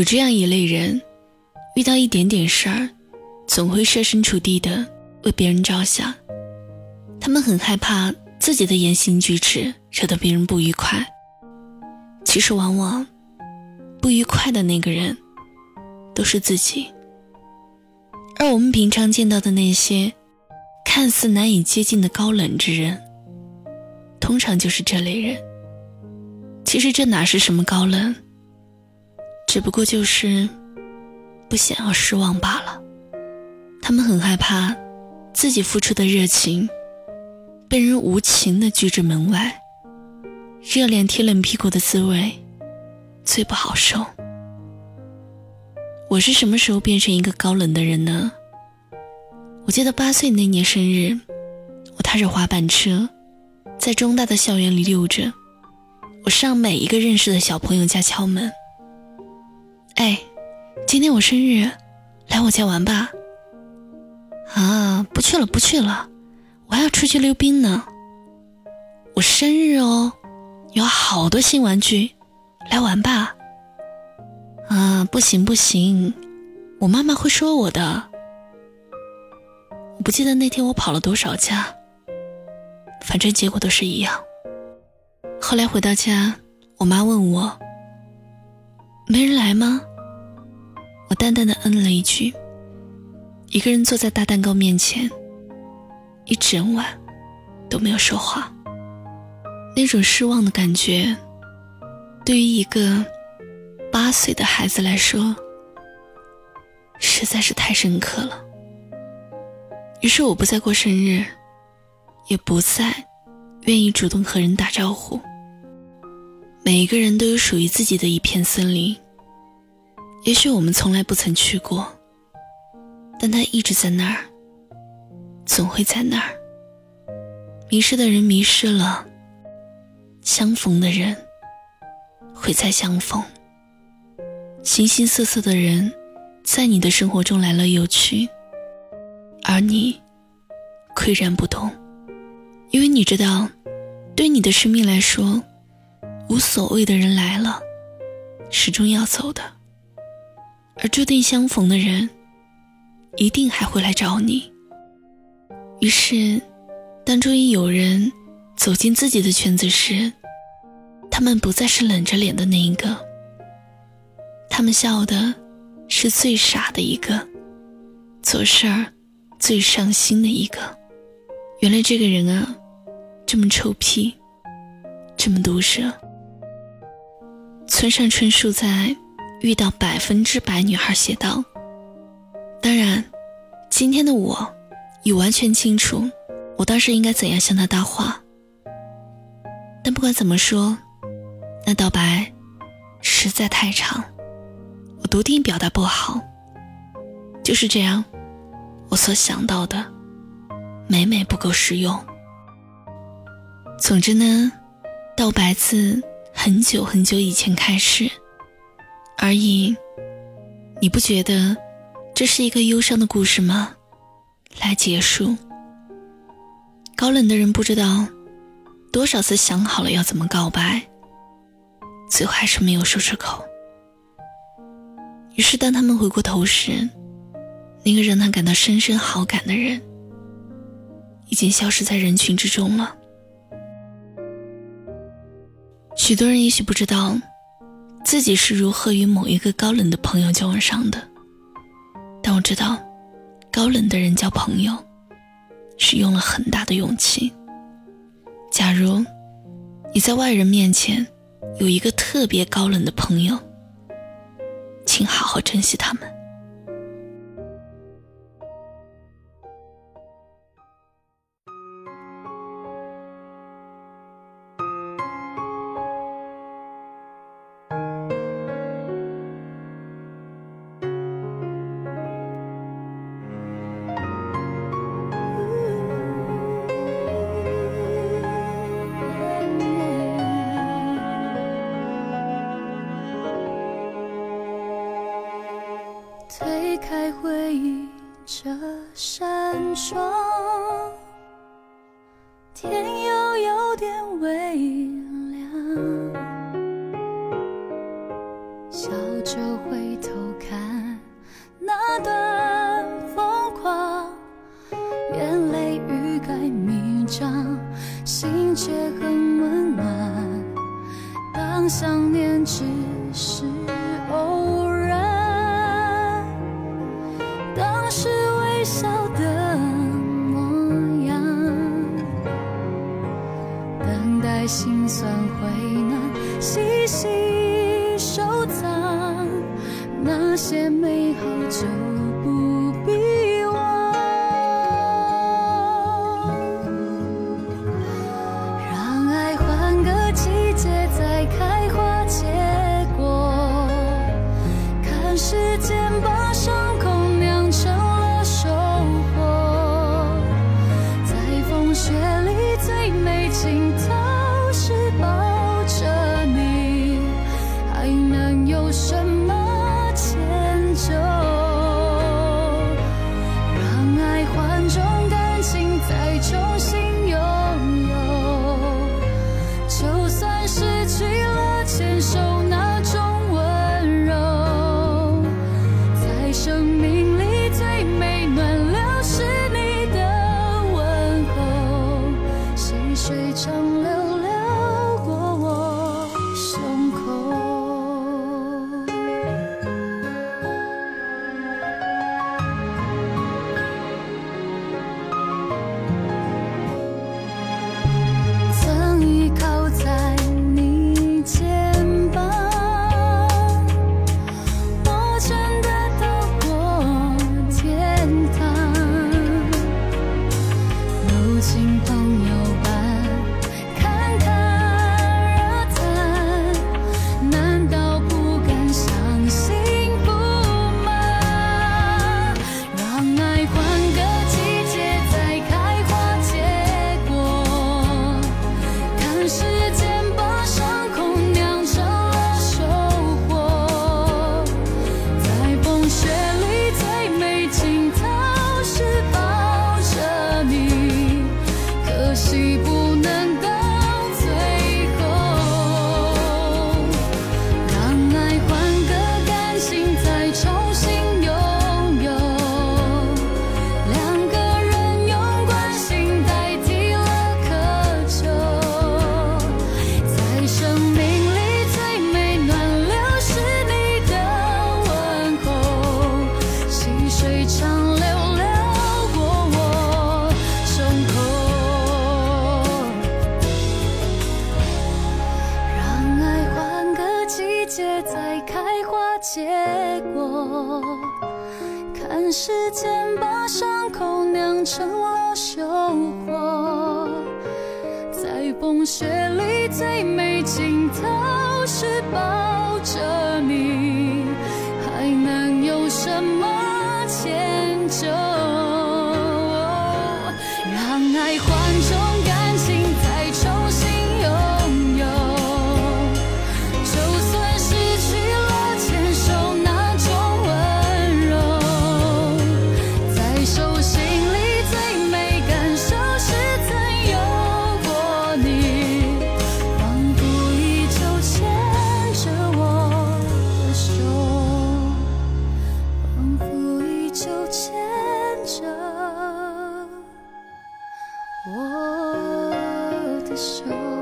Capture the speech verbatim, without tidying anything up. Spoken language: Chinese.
有这样一类人，遇到一点点事儿，总会设身处地的为别人着想。他们很害怕自己的言行举止惹得别人不愉快，其实往往不愉快的那个人都是自己。而我们平常见到的那些看似难以接近的高冷之人，通常就是这类人。其实这哪是什么高冷，只不过就是不想要失望罢了。他们很害怕自己付出的热情被人无情地拒之门外，热脸贴冷屁股的滋味最不好受。我是什么时候变成一个高冷的人呢？我记得八岁那年生日，我踏着滑板车在中大的校园里溜着，我上每一个认识的小朋友家敲门。哎，今天我生日，来我家玩吧。啊，不去了不去了，我还要出去溜冰呢。我生日哦，有好多新玩具，来玩吧。啊，不行不行，我妈妈会说我的。我不记得那天我跑了多少家，反正结果都是一样。后来回到家，我妈问我，没人来吗？我淡淡的嗯了一句，一个人坐在大蛋糕面前，一整晚都没有说话。那种失望的感觉，对于一个八岁的孩子来说，实在是太深刻了。于是我不再过生日，也不再愿意主动和人打招呼。每一个人都有属于自己的一片森林，也许我们从来不曾去过，但它一直在那儿，总会在那儿。迷失的人迷失了，相逢的人会再相逢。形形色色的人在你的生活中来了又去，而你岿然不动，因为你知道，对你的生命来说，无所谓的人来了，始终要走的，而注定相逢的人一定还会来找你。于是当终于有人走进自己的圈子时，他们不再是冷着脸的那一个，他们笑的是最傻的一个，做事儿最上心的一个。原来这个人啊，这么臭屁，这么毒舌。村上春树在遇到百分之百女孩写道，当然今天的我已完全清楚我当时应该怎样向她搭话，但不管怎么说，那道白实在太长，我笃定表达不好。就是这样，我所想到的每每不够实用。总之呢，道白自很久很久以前开始而已，你不觉得这是一个忧伤的故事吗？来结束。高冷的人不知道多少次想好了要怎么告白，最后还是没有说出口。于是当他们回过头时，那个让他感到深深好感的人已经消失在人群之中了。许多人也许不知道自己是如何与某一个高冷的朋友交往上的，但我知道高冷的人交朋友是用了很大的勇气。假如你在外人面前有一个特别高冷的朋友，请好好珍惜他们。 推开回忆这扇窗，天又有点微凉，笑着回盖弥彰，心却很温暖。当想念只是偶然，当时微笑的模样，等待心酸回暖，细细收藏，那些美好就不必忘。让爱换个季节再开花结果，看时间把伤口酿成了收获。在风雪里最美镜头是抱着你，还能有什么迁就？让爱换种感情再重新拥有，就算失去了牵手那种温柔，在生命里最美暖流是你的问候，细水长流流过我胸口。曾依靠在你肩膀，我真的到过天堂。如今朋友般侃侃而谈，难道不敢相信不吗？让爱换个季节再开花结果，看时间把伤口酿成了收获。在风雪里最美镜头是抱着你，可惜不能到最后。让爱换个感情再重新拥有，两个人用关心代替了渴求。在生命里最美暖流是你的问候，细水长流流过我胸口。让爱换个季节再开花结果，看时间把伤口酿成了收获。在风雪里最美镜头是抱着你，还能有什么迁就？让爱换种感情再重新拥有，就算失去了牵手那种温柔，在手心里最美感受是曾有过你，仿佛依旧牵着我的手，仿佛依旧牵着我的手。